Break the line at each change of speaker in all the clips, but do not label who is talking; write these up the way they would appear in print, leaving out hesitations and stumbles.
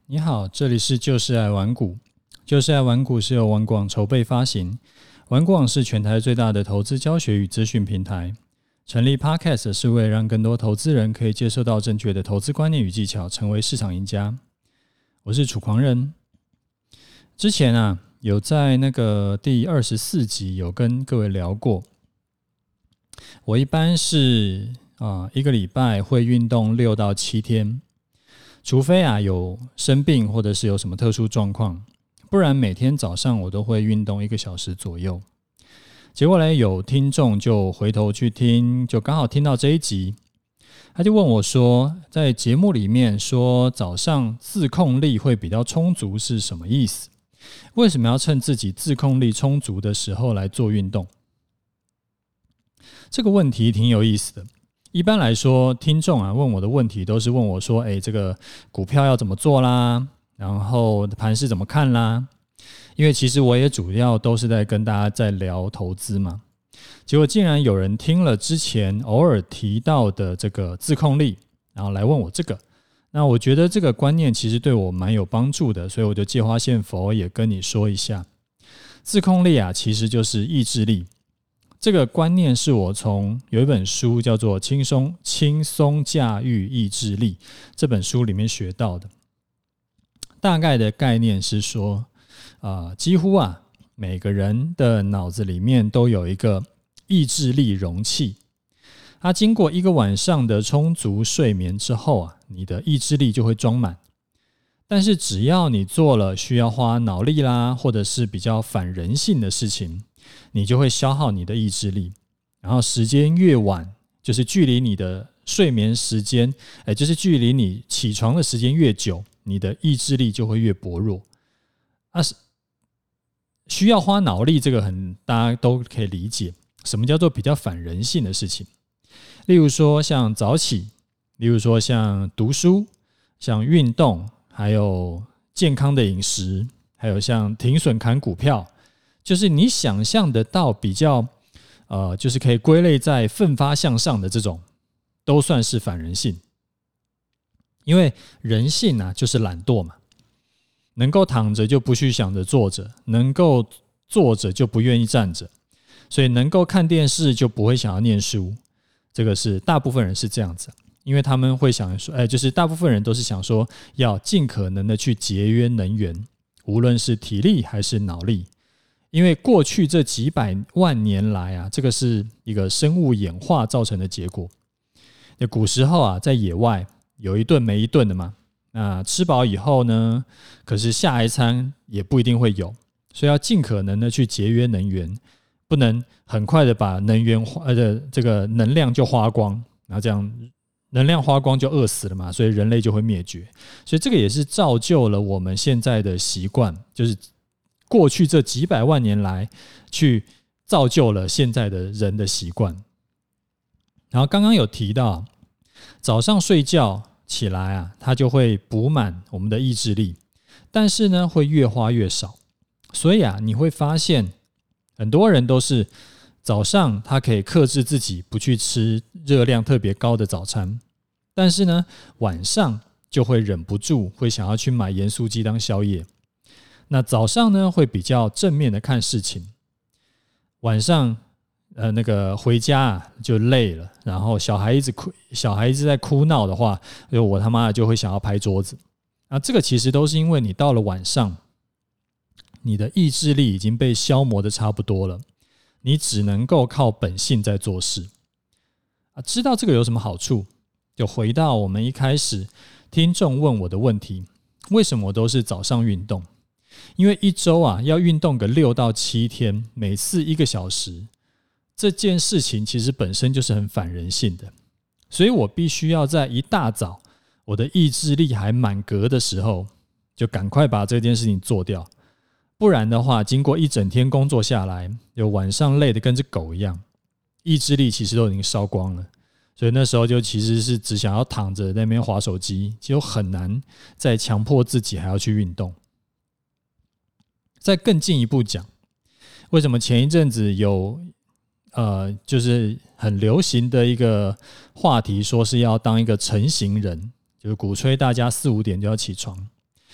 你好，这里是就是爱玩股。就是爱玩股是由玩广筹备发行，玩广是全台最大的投资教学与资讯平台。成立 Podcast 是为了让更多投资人可以接受到正确的投资观念与技巧，成为市场赢家。我是楚狂人。之前有在那个第24集有跟各位聊过，我一般是一个礼拜会运动6到7天，除非有生病或者是有什么特殊状况，不然每天早上我都会运动1个小时左右。结果呢，有听众就回头去听，就刚好听到这一集，他就问我说，在节目里面说早上自控力会比较充足是什么意思？为什么要趁自己自控力充足的时候来做运动？这个问题挺有意思的。一般来说，听众问我的问题都是问我说，这个股票要怎么做啦，然后盘势怎么看啦？因为其实我也主要都是在跟大家在聊投资嘛。结果竟然有人听了之前偶尔提到的这个自控力，然后来问我这个。那我觉得这个观念其实对我蛮有帮助的，所以我就借花献佛也跟你说一下。自控力其实就是意志力。这个观念是我从有一本书叫做《轻松驾驭意志力》这本书里面学到的。大概的概念是说，几乎每个人的脑子里面都有一个意志力容器。它经过1个晚上的充足睡眠之后你的意志力就会装满。但是只要你做了需要花脑力啦，或者是比较反人性的事情，你就会消耗你的意志力，然后时间越晚，就是距离你的睡眠时间，就是距离你起床的时间越久，你的意志力就会越薄弱。需要花脑力，这个大家都可以理解。什么叫做比较反人性的事情？例如说像早起，例如说像读书，像运动，还有健康的饮食，还有像停损砍股票，就是你想象得到比较就是可以归类在奋发向上的这种，都算是反人性。因为人性就是懒惰嘛，能够躺着就不去想着坐着，能够坐着就不愿意站着，所以能够看电视就不会想要念书。这个是大部分人是这样子，因为他们会想说，就是大部分人都是想说要尽可能的去节约能源，无论是体力还是脑力。因为过去这几百万年来这个是一个生物演化造成的结果。古时候在野外有一顿没一顿的嘛，那吃饱以后呢，可是下一餐也不一定会有，所以要尽可能的去节约能源，不能很快的把能源这个能量就花光，然后这样能量花光就饿死了嘛，所以人类就会灭绝。所以这个也是造就了我们现在的习惯，就是过去这几百万年来去造就了现在的人的习惯。然后刚刚有提到，早上睡觉起来它就会补满我们的意志力，但是呢会越花越少。所以你会发现很多人都是早上他可以克制自己不去吃热量特别高的早餐，但是呢晚上就会忍不住会想要去买盐酥鸡当宵夜。那早上呢会比较正面的看事情，晚上那个回家就累了，然后小孩一直在哭闹的话，我他妈的就会想要拍桌子。这个其实都是因为你到了晚上，你的意志力已经被消磨的差不多了，你只能够靠本性在做事。知道这个有什么好处？就回到我们一开始听众问我的问题，为什么我都是早上运动？因为一周要运动个6到7天，每次1个小时，这件事情其实本身就是很反人性的，所以我必须要在一大早我的意志力还满格的时候，就赶快把这件事情做掉。不然的话，经过一整天工作下来，就晚上累得跟只狗一样，意志力其实都已经烧光了。所以那时候就其实是只想要躺着在那边滑手机，就很难再强迫自己还要去运动。再更进一步讲，为什么前一阵子有就是很流行的一个话题，说是要当一个晨型人，就是鼓吹大家4、5点就要起床。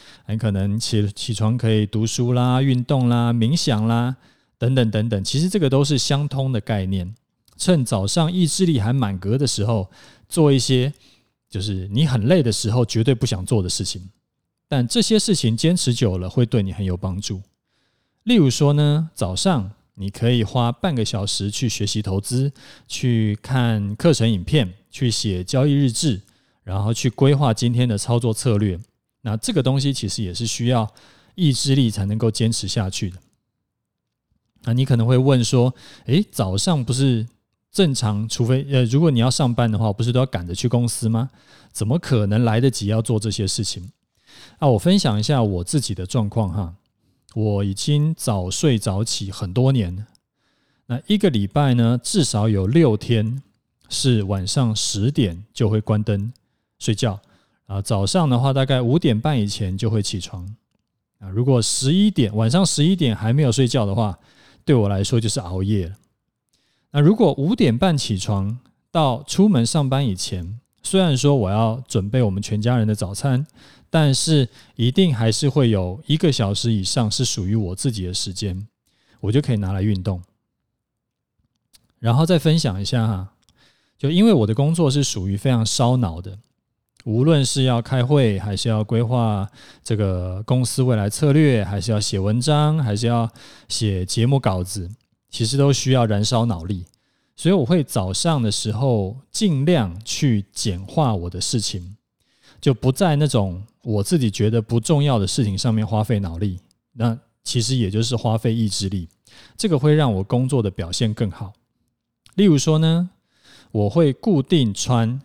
你可能起床可以读书啦、运动啦、冥想啦等等等等，其实这个都是相通的概念。趁早上意志力还满格的时候，做一些就是你很累的时候绝对不想做的事情，但这些事情坚持久了会对你很有帮助。例如说呢，早上你可以花半个小时去学习投资，去看课程影片，去写交易日志，然后去规划今天的操作策略。那这个东西其实也是需要意志力才能够坚持下去的。那你可能会问说，早上不是正常，除非如果你要上班的话，不是都要赶着去公司吗？怎么可能来得及要做这些事情？我分享一下我自己的状况哈。我已经早睡早起很多年了，那一个礼拜呢，至少有6天是晚上10点就会关灯睡觉，早上的话大概5点半以前就会起床。如果晚上11点还没有睡觉的话，对我来说就是熬夜了。那如果5点半起床到出门上班以前，虽然说我要准备我们全家人的早餐，但是一定还是会有1个小时以上是属于我自己的时间，我就可以拿来运动。然后再分享一下哈，就因为我的工作是属于非常烧脑的，无论是要开会，还是要规划这个公司未来策略，还是要写文章，还是要写节目稿子，其实都需要燃烧脑力，所以我会早上的时候尽量去简化我的事情，就不在那种我自己觉得不重要的事情上面花费脑力，那其实也就是花费意志力，这个会让我工作的表现更好。例如说呢，我会固定穿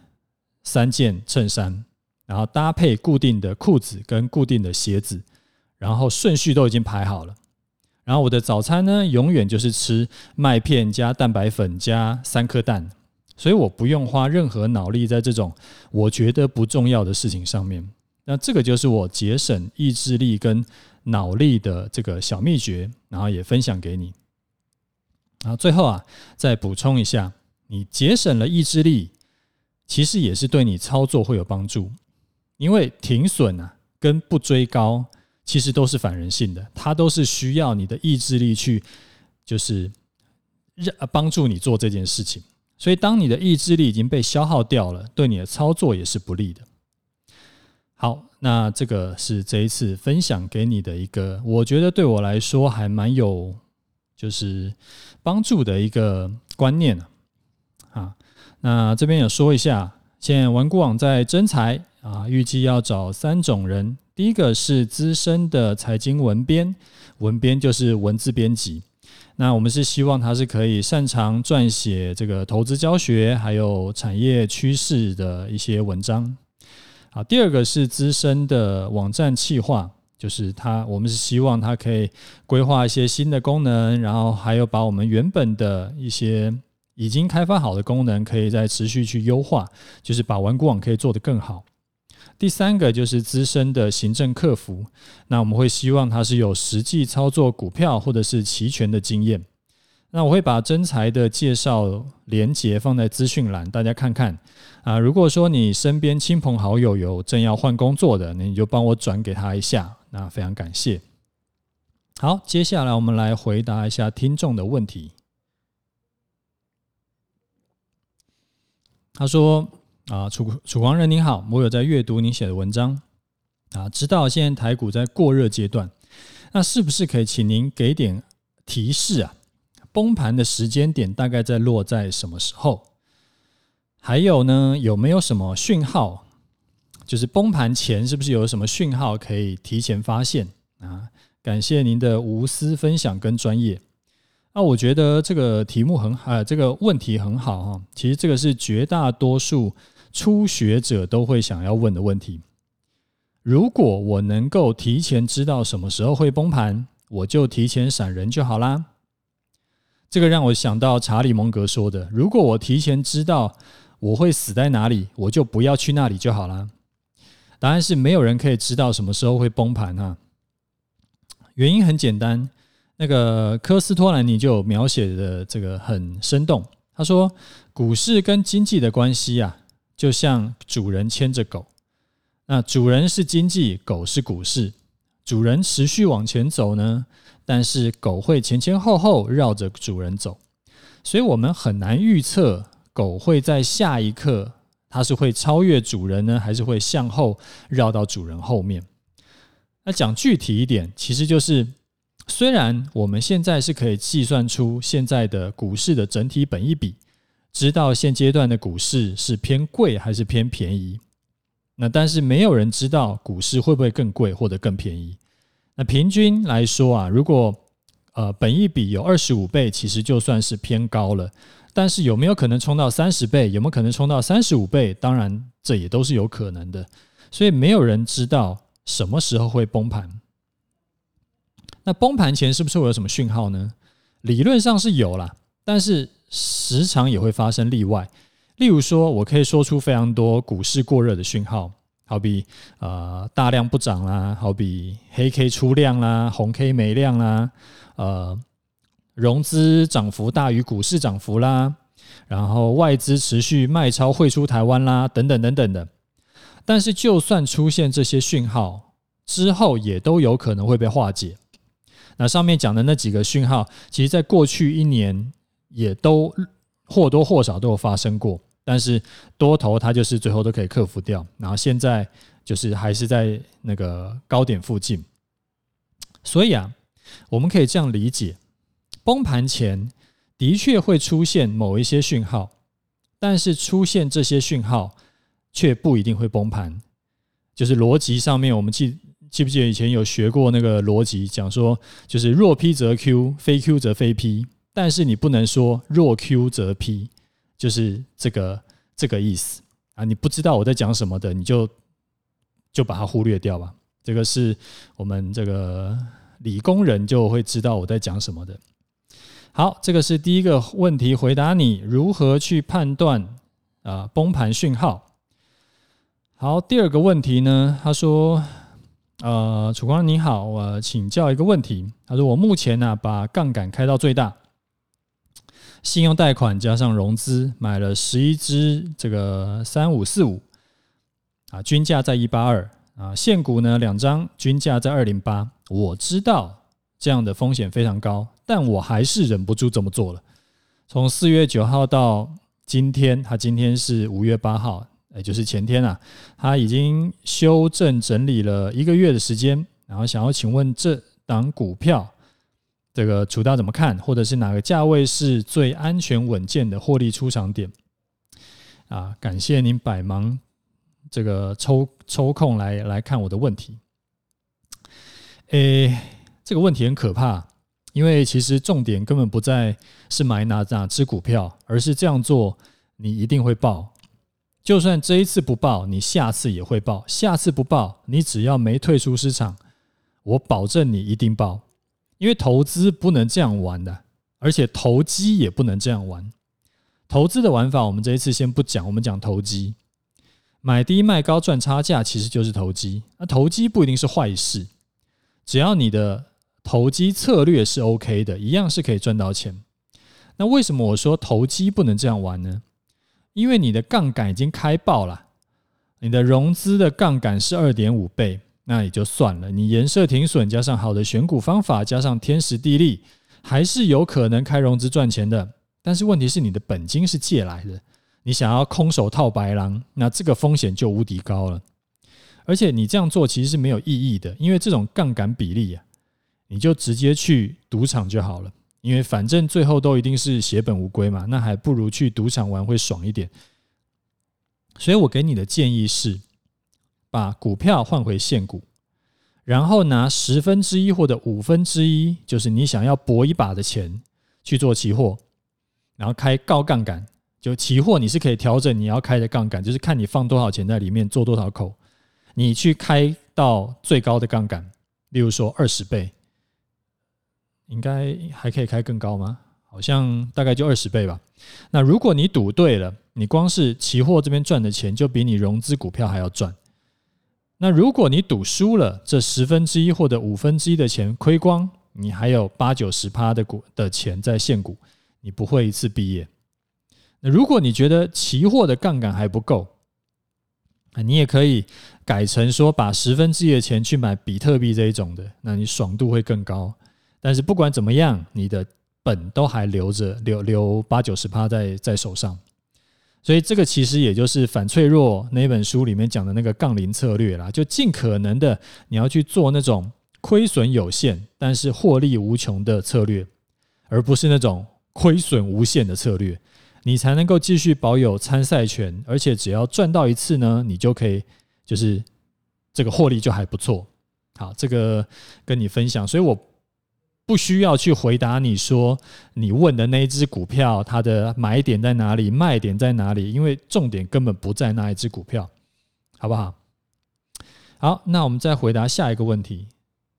3件衬衫，然后搭配固定的裤子跟固定的鞋子，然后顺序都已经排好了。然后我的早餐呢，永远就是吃麦片加蛋白粉加3颗蛋，所以我不用花任何脑力在这种我觉得不重要的事情上面。那这个就是我节省意志力跟脑力的这个小秘诀，然后也分享给你。然后最后再补充一下，你节省了意志力，其实也是对你操作会有帮助，因为停损跟不追高其实都是反人性的，它都是需要你的意志力去就是帮助你做这件事情，所以当你的意志力已经被消耗掉了，对你的操作也是不利的。好，那这个是这一次分享给你的一个我觉得对我来说还蛮有就是帮助的一个观念那这边有说一下，现在玩股网在征才预计要找3种人。第一个是资深的财经文编，文编就是文字编辑，那我们是希望他是可以擅长撰写这个投资教学还有产业趋势的一些文章。好，第二个是资深的网站企划，就是我们是希望他可以规划一些新的功能，然后还有把我们原本的一些已经开发好的功能可以再持续去优化，就是把玩股网可以做得更好。第3个就是资深的行政客服，那我们会希望他是有实际操作股票或者是期权的经验。那我会把征才的介绍连结放在资讯栏，大家看看如果说你身边亲朋好友有正要换工作的，那你就帮我转给他一下，那非常感谢。好，接下来我们来回答一下听众的问题。他说楚狂人您好，我有在阅读您写的文章知道现在台股在过热阶段，那是不是可以请您给点提示崩盘的时间点大概在落在什么时候？还有呢，有没有什么讯号，就是崩盘前是不是有什么讯号可以提前发现感谢您的无私分享跟专业。我觉得这个题目这个问题很好其实这个是绝大多数初学者都会想要问的问题。如果我能够提前知道什么时候会崩盘，我就提前闪人就好啦。这个让我想到查理蒙格说的，如果我提前知道我会死在哪里，我就不要去那里就好啦。答案是没有人可以知道什么时候会崩盘原因很简单，那个科斯托兰尼就有描写的这个很生动。他说，股市跟经济的关系就像主人牵着狗。 那主人是经济，狗是股市，主人持续往前走呢，但是狗会前前后后绕着主人走，所以我们很难预测狗会在下一刻它是会超越主人呢，还是会向后绕到主人后面。那讲具体一点，其实就是虽然我们现在是可以计算出现在的股市的整体本益比，知道现阶段的股市是偏贵还是偏便宜，那但是没有人知道股市会不会更贵或者更便宜。那平均来说啊，如果本益比有25倍，其实就算是偏高了，但是有没有可能冲到30倍，有没有可能冲到35倍，当然这也都是有可能的，所以没有人知道什么时候会崩盘。那崩盘前是不是会有什么讯号呢？理论上是有啦，但是时常也会发生例外。例如说，我可以说出非常多股市过热的讯号，好比大量不涨啦，好比黑 K 出量啦，红 K 没量啦，融资涨幅大于股市涨幅啦，然后外资持续卖超汇出台湾啦，等等等等的。但是就算出现这些讯号之后，也都有可能会被化解。那上面讲的那几个讯号，其实在过去1年也都或多或少都有发生过，但是多头它就是最后都可以克服掉，然后现在就是还是在那个高点附近。所以啊，我们可以这样理解，崩盘前的确会出现某一些讯号，但是出现这些讯号却不一定会崩盘。就是逻辑上面，我们记不记得以前有学过那个逻辑，讲说就是若 P 则 Q， 非 Q 则非 P， 但是你不能说若 Q 则 P， 就是这个意思啊。你不知道我在讲什么的，你就把它忽略掉吧。这个是我们这个理工人就会知道我在讲什么的。好，这个是第一个问题，回答你如何去判断崩盘讯号。好，第二个问题呢，他说楚光你好，我请教一个问题。他说我目前把杠杆开到最大，信用贷款加上融资买了11支这个3545均价在182现股呢2张均价在208。我知道这样的风险非常高，但我还是忍不住这么做了。从4月9号到今天，他今天是5月8号，也就是前天他已经修正整理了1个月的时间，然后想要请问这档股票这个楚大怎么看，或者是哪个价位是最安全稳健的获利出场点感谢您百忙这个抽空来看我的问题。这个问题很可怕，因为其实重点根本不在是买哪只股票，而是这样做你一定会爆。就算这一次不爆，你下次也会爆，下次不爆，你只要没退出市场，我保证你一定爆。因为投资不能这样玩的，而且投机也不能这样玩。投资的玩法我们这一次先不讲，我们讲投机。买低卖高赚差价其实就是投机。投机不一定是坏事，只要你的投机策略是 OK 的，一样是可以赚到钱。那为什么我说投机不能这样玩呢？因为你的杠杆已经开爆了，你的融资的杠杆是 2.5 倍，那也就算了，你严设停损加上好的选股方法加上天时地利，还是有可能开融资赚钱的。但是问题是你的本金是借来的，你想要空手套白狼，那这个风险就无敌高了。而且你这样做其实是没有意义的，因为这种杠杆比例你就直接去赌场就好了，因为反正最后都一定是血本无归嘛，那还不如去赌场玩会爽一点。所以我给你的建议是，把股票换回现股，然后拿1/10或者1/5，就是你想要搏一把的钱去做期货，然后开高杠杆。就期货你是可以调整你要开的杠杆，就是看你放多少钱在里面，做多少口，你去开到最高的杠杆，例如说20倍，应该还可以开更高吗？好像大概就20倍吧。那如果你赌对了，你光是期货这边赚的钱就比你融资股票还要赚。那如果你赌输了，这1/10或者1/5的钱亏光，你还有80-90% 的钱在现股，你不会一次毕业。那如果你觉得期货的杠杆还不够，你也可以改成说把1/10的钱去买比特币这一种的，那你爽度会更高。但是不管怎么样，你的本都还留着，留80-90%在手上。所以这个其实也就是反脆弱那本书里面讲的那个杠铃策略啦，就尽可能的你要去做那种亏损有限但是获利无穷的策略，而不是那种亏损无限的策略，你才能够继续保有参赛权，而且只要赚到一次呢，你就可以就是这个获利就还不错。好，这个跟你分享，所以我不需要去回答你说你问的那一只股票它的买点在哪里，卖点在哪里，因为重点根本不在那一只股票，好不好？好，那我们再回答下一个问题。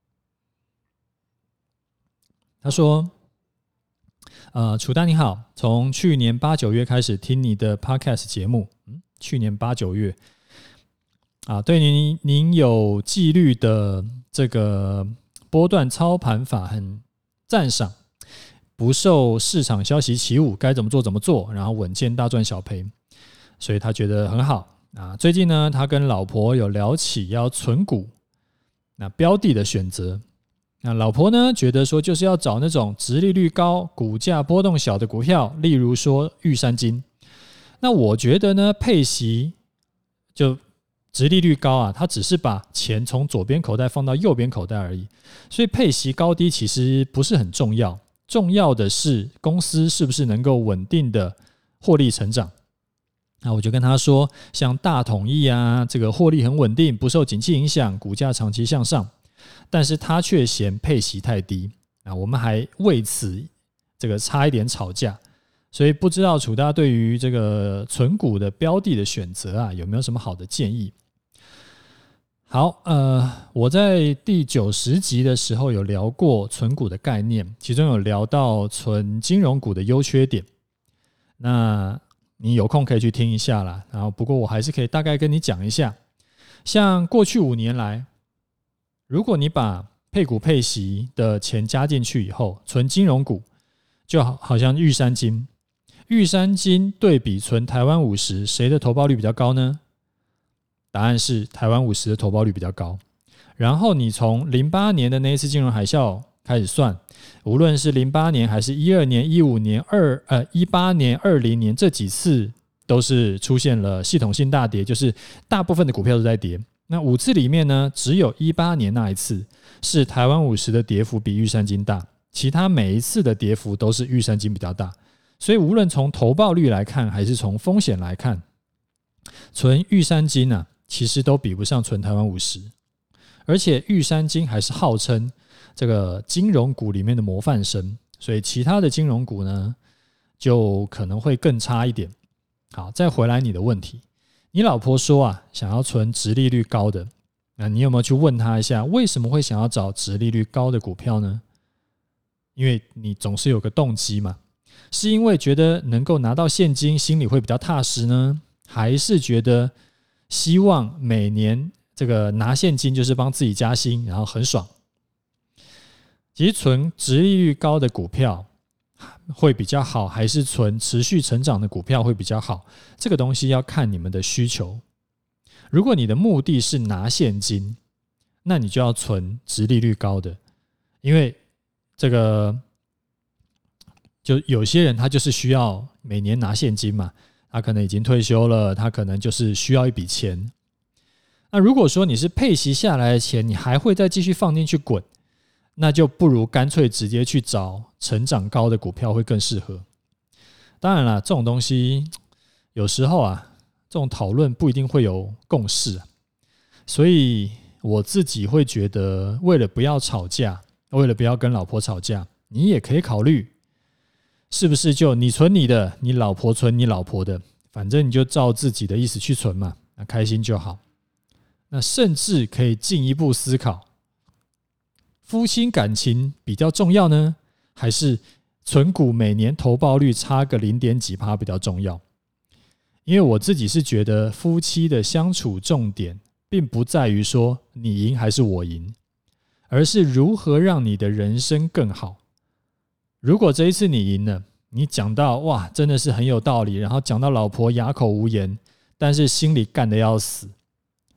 他说楚丹你好，从去年8、9月开始听你的 podcast 节目，去年8、9月对您有纪律的这个波段操盘法很赞赏，不受市场消息起舞，该怎么做怎么做，然后稳健大赚小赔，所以他觉得很好最近呢，他跟老婆有聊起要存股，那标的的选择，那老婆呢觉得说就是要找那种殖利率高、股价波动小的股票，例如说玉山金。那我觉得呢，配息就殖利率高它只是把钱从左边口袋放到右边口袋而已，所以配息高低其实不是很重要，重要的是公司是不是能够稳定的获利成长。那我就跟他说，像大统益这个获利很稳定，不受景气影响，股价长期向上，但是他却嫌配息太低，我们还为此这个差一点吵架。所以不知道楚大对于这个存股的标的的选择有没有什么好的建议？好，我在第90集的时候有聊过存股的概念，其中有聊到存金融股的优缺点。那你有空可以去听一下啦。然后不过我还是可以大概跟你讲一下，像过去5年来，如果你把配股配息的钱加进去以后，存金融股，就好像玉山金对比存台湾50，谁的投报率比较高呢？答案是台湾50的投报率比较高。然后你从08年的那一次金融海啸开始算，无论是08年还是12年、15年、18年、20年，这几次都是出现了系统性大跌，就是大部分的股票都在跌。那5次里面呢，只有18年那一次是台湾50的跌幅比玉山金大，其他每一次的跌幅都是玉山金比较大。所以无论从投报率来看，还是从风险来看，存玉山金其实都比不上存台湾50，而且玉山金还是号称这个金融股里面的模范生，所以其他的金融股呢，就可能会更差一点。好，再回来你的问题，你老婆说想要存殖利率高的，那你有没有去问她一下，为什么会想要找殖利率高的股票呢？因为你总是有个动机嘛，是因为觉得能够拿到现金，心里会比较踏实呢，还是觉得希望每年这个拿现金就是帮自己加薪，然后很爽？其实存殖利率高的股票会比较好，还是存持续成长的股票会比较好？这个东西要看你们的需求。如果你的目的是拿现金，那你就要存殖利率高的，因为这个就有些人他就是需要每年拿现金嘛，他可能已经退休了，他可能就是需要一笔钱。那如果说你是配息下来的钱，你还会再继续放进去滚，那就不如干脆直接去找成长高的股票会更适合。当然啦，这种东西有时候这种讨论不一定会有共识所以我自己会觉得，为了不要吵架，为了不要跟老婆吵架，你也可以考虑是不是就你存你的，你老婆存你老婆的，反正你就照自己的意思去存嘛，那开心就好。那甚至可以进一步思考，夫妻感情比较重要呢，还是存股每年投报率差个0点几%比较重要？因为我自己是觉得夫妻的相处重点并不在于说你赢还是我赢，而是如何让你的人生更好。如果这一次你赢了，你讲到哇真的是很有道理，然后讲到老婆哑口无言，但是心里干得要死，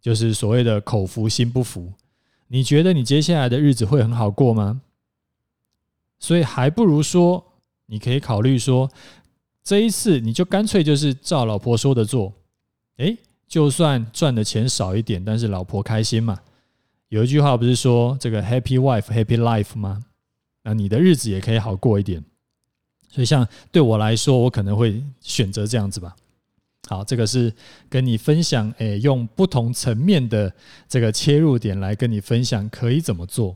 就是所谓的口服心不服。你觉得你接下来的日子会很好过吗？所以还不如说，你可以考虑说，这一次你就干脆就是照老婆说的做，就算赚的钱少一点，但是老婆开心嘛。有一句话不是说这个 happy wife happy life 吗？那你的日子也可以好过一点。所以像对我来说，我可能会选择这样子吧。好，这个是跟你分享，用不同层面的这个切入点来跟你分享可以怎么做。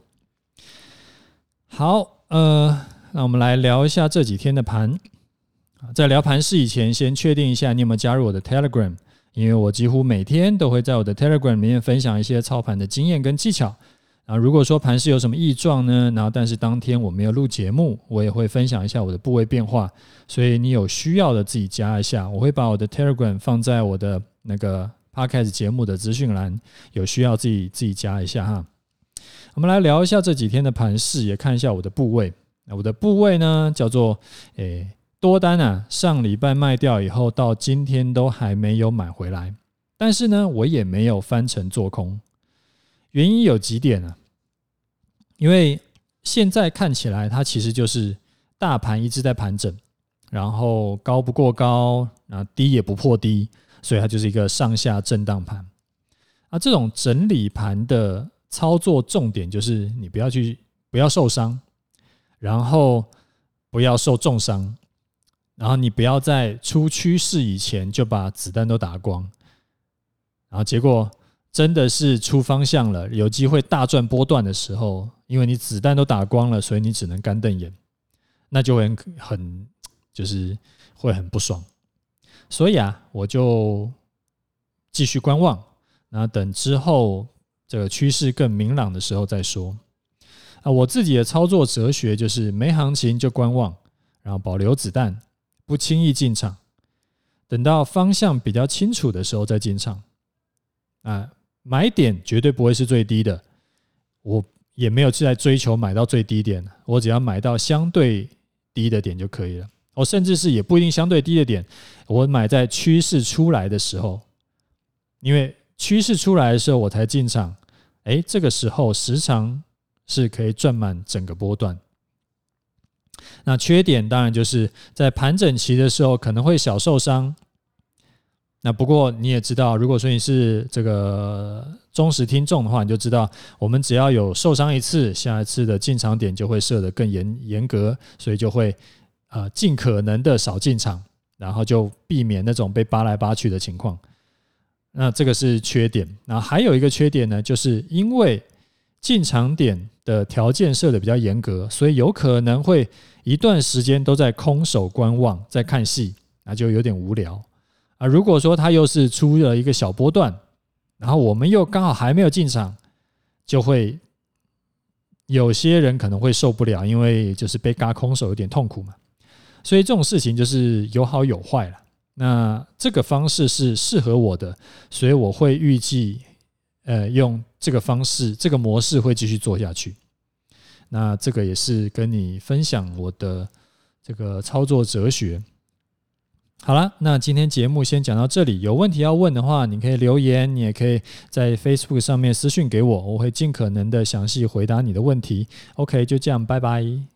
好，那我们来聊一下这几天的盘。在聊盘势以前，先确定一下你有没有加入我的 Telegram， 因为我几乎每天都会在我的 Telegram 里面分享一些操盘的经验跟技巧。如果说盘势有什么异状呢，然后但是当天我没有录节目，我也会分享一下我的部位变化，所以你有需要的自己加一下，我会把我的 Telegram 放在我的那个 Podcast 节目的资讯栏，有需要自己加一下哈。我们来聊一下这几天的盘势，也看一下我的部位。我的部位呢叫做多单啊，上礼拜卖掉以后到今天都还没有买回来，但是呢我也没有翻成做空。原因有几点啊，因为现在看起来它其实就是大盘一直在盘整，然后高不过高，低也不破低，所以它就是一个上下震荡盘。这种整理盘的操作重点就是你不要受伤，然后不要受重伤，然后你不要在出趋势以前就把子弹都打光，然后结果真的是出方向了，有机会大赚波段的时候，因为你子弹都打光了，所以你只能干瞪眼，那就会就是会很不爽。所以我就继续观望，那等之后这个趋势更明朗的时候再说。我自己的操作哲学就是没行情就观望，然后保留子弹，不轻易进场，等到方向比较清楚的时候再进场。买点绝对不会是最低的，我也没有在追求买到最低点，我只要买到相对低的点就可以了。我甚至是也不一定相对低的点，我买在趋势出来的时候，因为趋势出来的时候我才进场，这个时候时常是可以赚满整个波段。那缺点当然就是在盘整期的时候可能会小受伤。那不过你也知道，如果说你是这个忠实听众的话，你就知道我们只要有受伤一次，下一次的进场点就会设得更严格，所以就会尽可能的少进场，然后就避免那种被扒来扒去的情况。那这个是缺点。那还有一个缺点呢，就是因为进场点的条件设得比较严格，所以有可能会一段时间都在空手观望，在看戏，那就有点无聊。如果说它又是出了一个小波段，然后我们又刚好还没有进场，就会有些人可能会受不了，因为就是被嘎空手有点痛苦嘛。所以这种事情就是有好有坏啦。那这个方式是适合我的，所以我会预计用这个方式这个模式会继续做下去。那这个也是跟你分享我的这个操作哲学。好了，那今天节目先讲到这里，有问题要问的话你可以留言，你也可以在 Facebook 上面私讯给我，我会尽可能的详细回答你的问题。 OK， 就这样，拜拜。